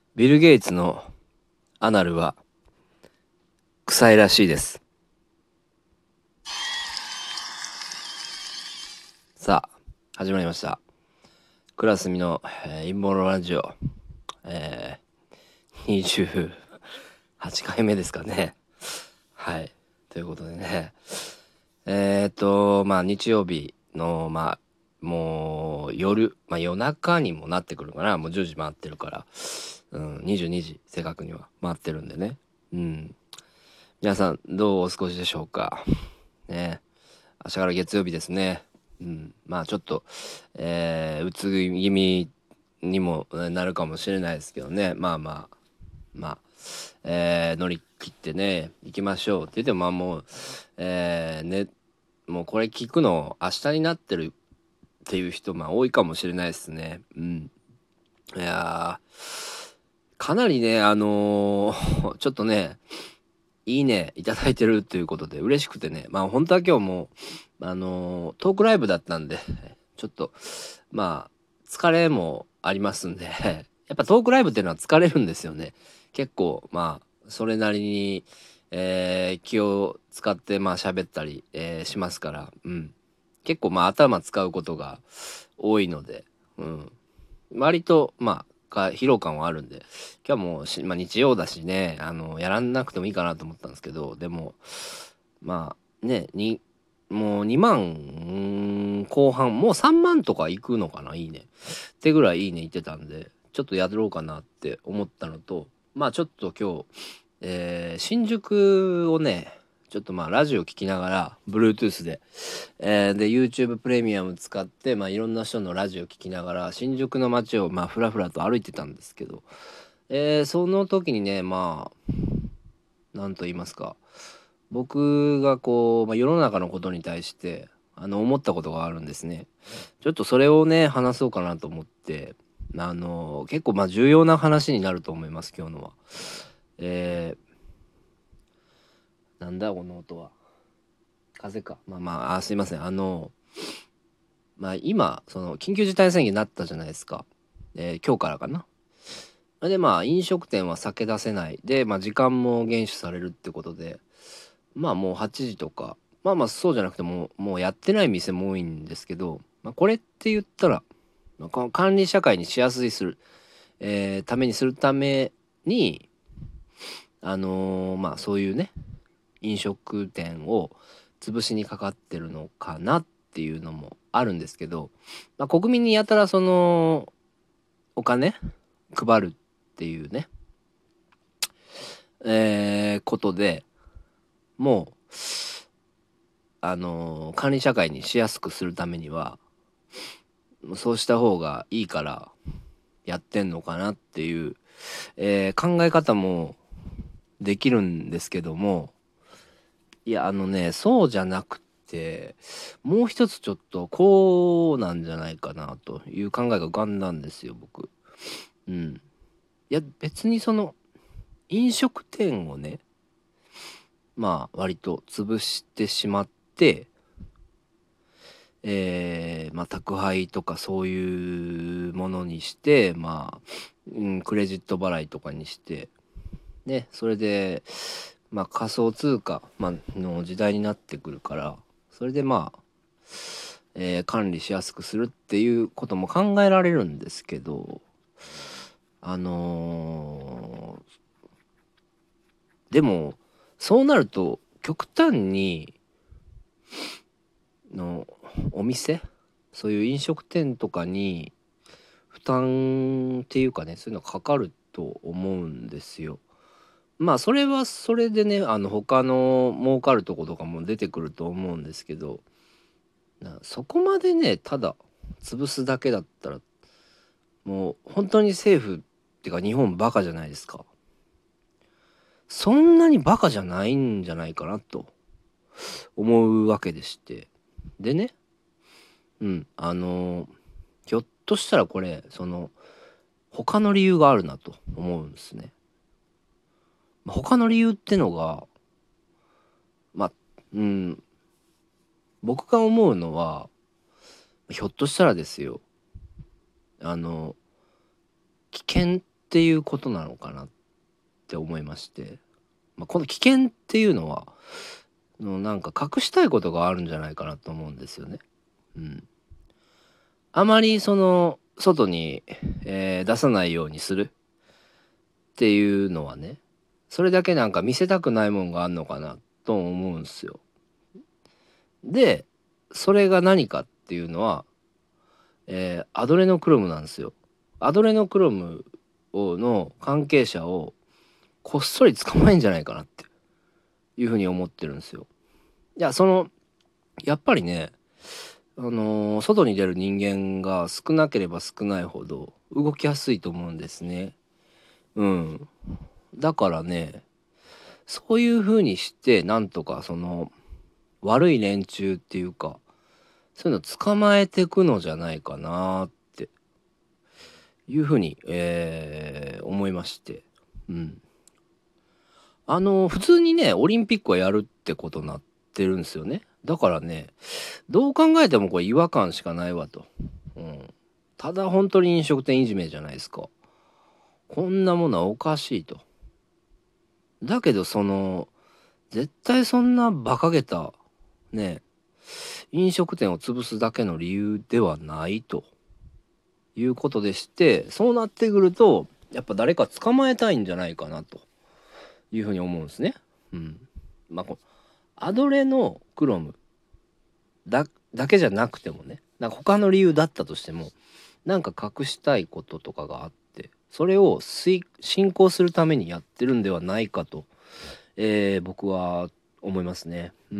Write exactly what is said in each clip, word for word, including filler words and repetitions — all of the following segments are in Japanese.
ビル・ゲイツのアナルは臭いらしいです。さあ、始まりました。クラスミの、えー陰謀論ラジオ、えー、にじゅうはちかいめですかね。はい。ということでね。えっと、まあ日曜日の、まあ、もう夜、まあ夜中にもなってくるかな。もうじゅうじ回ってるから。うん、にじゅうにじ、正確には回ってるんでね。うん。皆さん、どうお過ごしでしょうか。ね。明日から月曜日ですね。うん、まあちょっと、えー、うつ気味にもなるかもしれないですけどね。まあまあ、まあ、えー乗り切ってね、行きましょうって言っても、まあもう、えーね、もうこれ聞くの明日になってるっていう人、まあ多いかもしれないですね。うん。いやー、かなりね、あのーちょっとね、いいねいただいてるっていうことで嬉しくてね、まあ本当は今日もあのートークライブだったんでちょっとまあ疲れもありますんでやっぱトークライブっていうのは疲れるんですよね。結構まあそれなりに、えー気を使ってまあ喋ったり、えーしますから、うん、結構まあ頭使うことが多いので、うん、割とまあか疲労感はあるんで、今日はもうし、まあ、日曜だしね、あのやらなくてもいいかなと思ったんですけど、でもまあね、にもうにまん後半、もうさんまんとかいくのかな、いいねってぐらいいいね言ってたんで、ちょっとやろうかなって思ったのと、まあちょっと今日、えー新宿をね、ちょっとまあラジオ聞きながら Bluetooth で、えーで YouTube プレミアム使って、まあ、いろんな人のラジオ聞きながら新宿の街をまあふらふらと歩いてたんですけど、えーその時にね、まあなんと言いますか、僕がこう、まあ、世の中のことに対してあの思ったことがあるんですね。ちょっとそれをね話そうかなと思って、あの結構まあ重要な話になると思います今日のは。えー、なんだこの音は。風か。まあまあ、あ、すいません。あのまあ今その緊急事態宣言になったじゃないですか。えー今日からかな。でまあ飲食店は酒出せないで、まあ、時間も厳守されるってことで、まあもうはちじとか、まあまあそうじゃなくてももうやってない店も多いんですけど、まあ、これって言ったら、まあ、この管理社会にしやすいする、えーためにするためにあのーまあそういうね飲食店を潰しにかかってるのかなっていうのもあるんですけど、まあ、国民にやたらそのお金配るっていうね、えーことでもうあのー管理社会にしやすくするためにはそうした方がいいからやってんのかなっていう、えー考え方もできるんですけども、いやあのねそうじゃなくて、もう一つちょっとこうなんじゃないかなという考えが浮かんだんですよ僕。うん。いや別にその飲食店をね、まあ割と潰してしまって、えーまあ宅配とかそういうものにして、まあ、うん、クレジット払いとかにしてね、それでまあ仮想通貨、まあの時代になってくるから、それでまあ、えー管理しやすくするっていうことも考えられるんですけど、あのーでもそうなると極端にのお店、そういう飲食店とかに負担っていうかね、そういうのかかると思うんですよ。まあそれはそれでね、あの他の儲かるとことかも出てくると思うんですけど、なそこまでねただ潰すだけだったら、もう本当に政府ってか日本バカじゃないですか。そんなにバカじゃないんじゃないかなと思うわけでして、でね、うんあのひょっとしたらこれその他の理由があるなと思うんですね。まあ他の理由ってのが、まあうん僕が思うのは、ひょっとしたらですよ、あの危険っていうことなのかなって思いまして、まあ、この危険っていうのはのなんか隠したいことがあるんじゃないかなと思うんですよね。うん、あまりその外に、えー出さないようにするっていうのはね、それだけなんか見せたくないもんがあんのかなと思うんですよ。でそれが何かっていうのは、えーアドレノクロムなんですよ。アドレノクロムをの関係者をこっそり捕まえんじゃないかなっていうふうに思ってるんですよ。いやそのやっぱりね、あのー外に出る人間が少なければ少ないほど動きやすいと思うんですね。うん。だからね、そういうふうにしてなんとかその悪い連中っていうか、そういうの捕まえていくのじゃないかなっていうふうに、えー思いまして。うん。あの普通にねオリンピックはやるってことになってるんですよね。だからね、どう考えてもこれ違和感しかないわと。うん。ただ本当に飲食店いじめじゃないですか。こんなものはおかしいと。だけどその絶対そんな馬鹿げたね飲食店を潰すだけの理由ではないということでして、そうなってくるとやっぱ誰か捕まえたいんじゃないかなというふうに思うんですね。うん。まあこアドレのクロムだだけじゃなくてもね、なんか他の理由だったとしてもなんか隠したいこととかがあって、それを遂進行するためにやってるんではないかと、えー僕は思いますね。うん。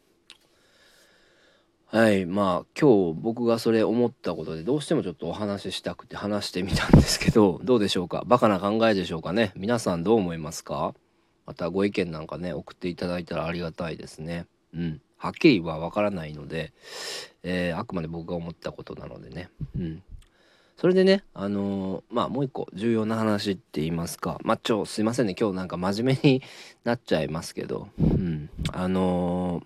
はい、まあ今日僕がそれ思ったことでどうしてもちょっとお話ししたくて話してみたんですけど、どうでしょうか。バカな考えでしょうかね。皆さんどう思いますか。またご意見なんかね送っていただいたらありがたいですね。うん。はっきりはわからないので、えーあくまで僕が思ったことなのでね。うん。それでね、あのーまあもう一個重要な話って言いますか、まあちょすいませんね、今日なんか真面目になっちゃいますけど、うん、あのー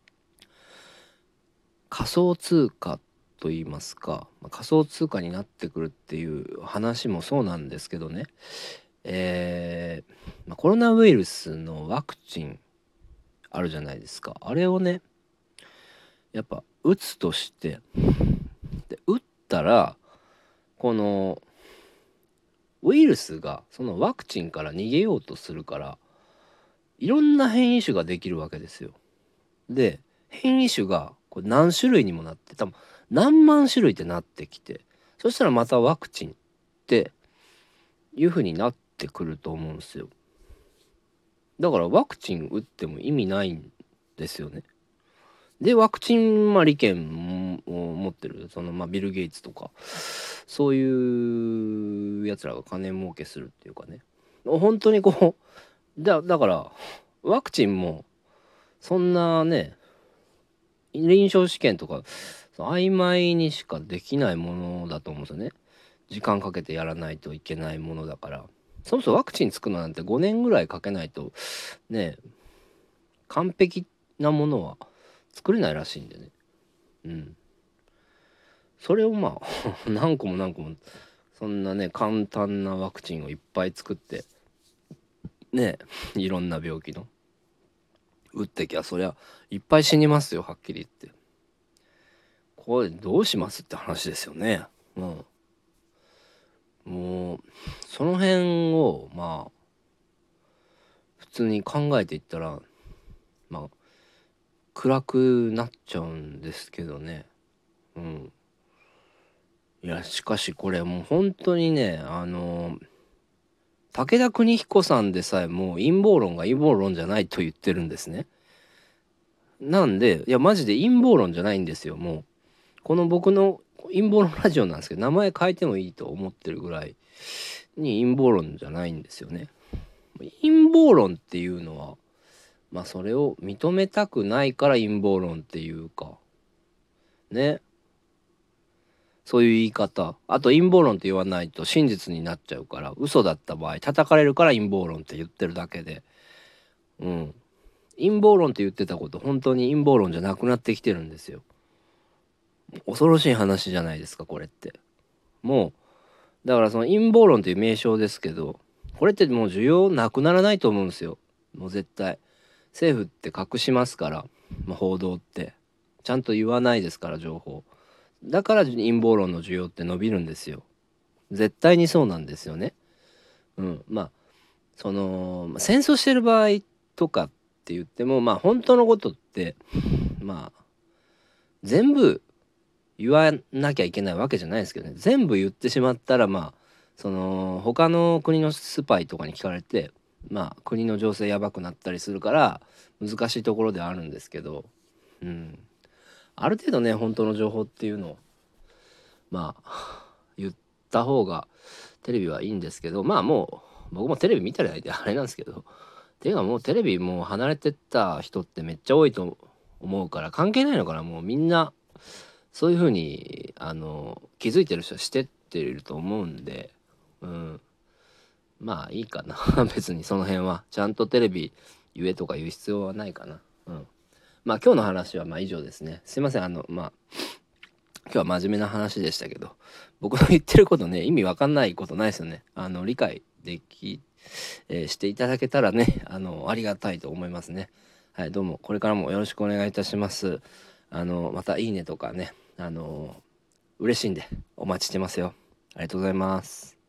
仮想通貨と言いますか、まあ仮想通貨になってくるっていう話もそうなんですけどね、えーまあ、コロナウイルスのワクチンあるじゃないですか。あれをね、やっぱ打つとして、で打ったらこのウイルスがそのワクチンから逃げようとするから、いろんな変異種ができるわけですよ。で変異種がこれ何種類にもなって、多分何万種類ってなってきて、そしたらまたワクチンっていう風になってくると思うんですよ。だからワクチン打っても意味ないんですよね。でワクチン、まあ、利権を持ってるその、まあ、ビル・ゲイツとかそういうやつらが金儲けするっていうかね、本当にこうだだからワクチンもそんなね臨床試験とか曖昧にしかできないものだと思うんですよね。時間かけてやらないといけないものだから。そもそもワクチン作るのなんてごねんぐらいかけないとね完璧なものは作れないらしいんでね。うん。それをまあ何個も何個もそんなね簡単なワクチンをいっぱい作ってねいろんな病気の打ってきゃそりゃいっぱい死にますよ、はっきり言って。これどうしますって話ですよね。うん。もうその辺をまあ普通に考えていったらまあ暗くなっちゃうんですけどね。うん。いやしかしこれもう本当にね、あの武田邦彦さんでさえもう陰謀論が陰謀論じゃないと言ってるんですね。なんでいやマジで陰謀論じゃないんですよ。もうこの僕の陰謀論ラジオなんですけど、名前変えてもいいと思ってるぐらいに陰謀論じゃないんですよね。陰謀論っていうのはまあそれを認めたくないから陰謀論っていうかね、そういう言い方。あと陰謀論って言わないと真実になっちゃうから、嘘だった場合叩かれるから陰謀論って言ってるだけで、うん、陰謀論って言ってたこと本当に陰謀論じゃなくなってきてるんですよ。恐ろしい話じゃないですかこれって。もだからその陰謀論という名称ですけど、これってもう需要なくならないと思うんですよ。もう絶対政府って隠しますから、まあ、報道ってちゃんと言わないですから、情報だから陰謀論の需要って伸びるんですよ。絶対にそうなんですよね。うん、まあその戦争してる場合とかって言っても、まあ本当のことってまあ全部言わなきゃいけないわけじゃないですけどね。全部言ってしまったら、まあその他の国のスパイとかに聞かれて、まあ国の情勢やばくなったりするから難しいところではあるんですけど、うん、ある程度ね本当の情報っていうのをまあ言った方がテレビはいいんですけど、まあもう僕もテレビ見てないんであれなんですけど、っていうのはもうテレビもう離れてった人ってめっちゃ多いと思うから関係ないのかな。もうみんなそういう風にあの気づいてる人はしてってると思うんで、うん、まあいいかな別にその辺はちゃんとテレビ言えとか言う必要はないかな。うん、まあ今日の話はまあ以上ですね。すいません、あのまあ今日は真面目な話でしたけど、僕の言ってることね意味わかんないことないですよね。あの理解でき、えーしていただけたらね、あのありがたいと思いますね。はい、どうもこれからもよろしくお願いいたします。あのまたいいねとかね、あの嬉しいんでお待ちしてますよ。ありがとうございます。